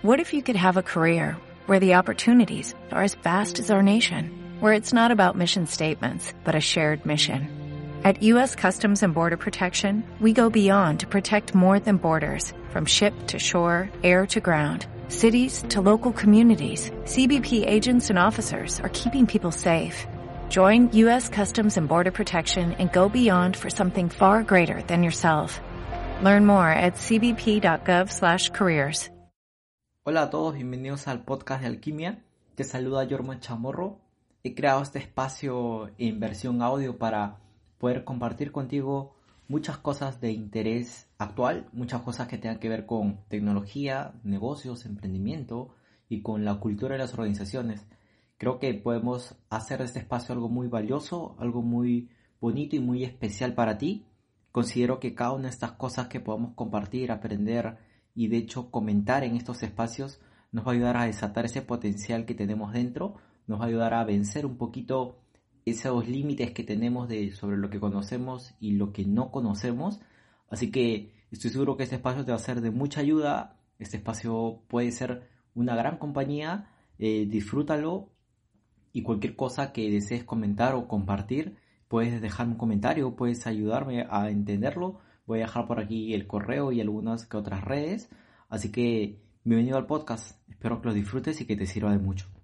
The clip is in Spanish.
What if you could have a career where the opportunities are as vast as our nation, where it's not about mission statements, but a shared mission? At U.S. Customs and Border Protection, we go beyond to protect more than borders. From ship to shore, air to ground, cities to local communities, CBP agents and officers are keeping people safe. Join U.S. Customs and Border Protection and go beyond for something far greater than yourself. Learn more at cbp.gov/careers. Hola a todos, bienvenidos al podcast de Alquimia. Te saluda Jorman Chamorro. He creado este espacio en versión audio para poder compartir contigo muchas cosas de interés actual, muchas cosas que tengan que ver con tecnología, negocios, emprendimiento y con la cultura de las organizaciones. Creo que podemos hacer de este espacio algo muy valioso, algo muy bonito y muy especial para ti. Considero que cada una de estas cosas que podamos compartir, aprender y de hecho comentar en estos espacios nos va a ayudar a desatar ese potencial que tenemos dentro, nos va a ayudar a vencer un poquito esos límites que tenemos sobre lo que conocemos y lo que no conocemos. Así que estoy seguro que este espacio te va a ser de mucha ayuda. Este espacio puede ser una gran compañía. Disfrútalo y cualquier cosa que desees comentar o compartir, puedes dejarme un comentario, puedes ayudarme a entenderlo. Voy a dejar por aquí el correo y algunas que otras redes. Así que bienvenido al podcast. Espero que lo disfrutes y que te sirva de mucho.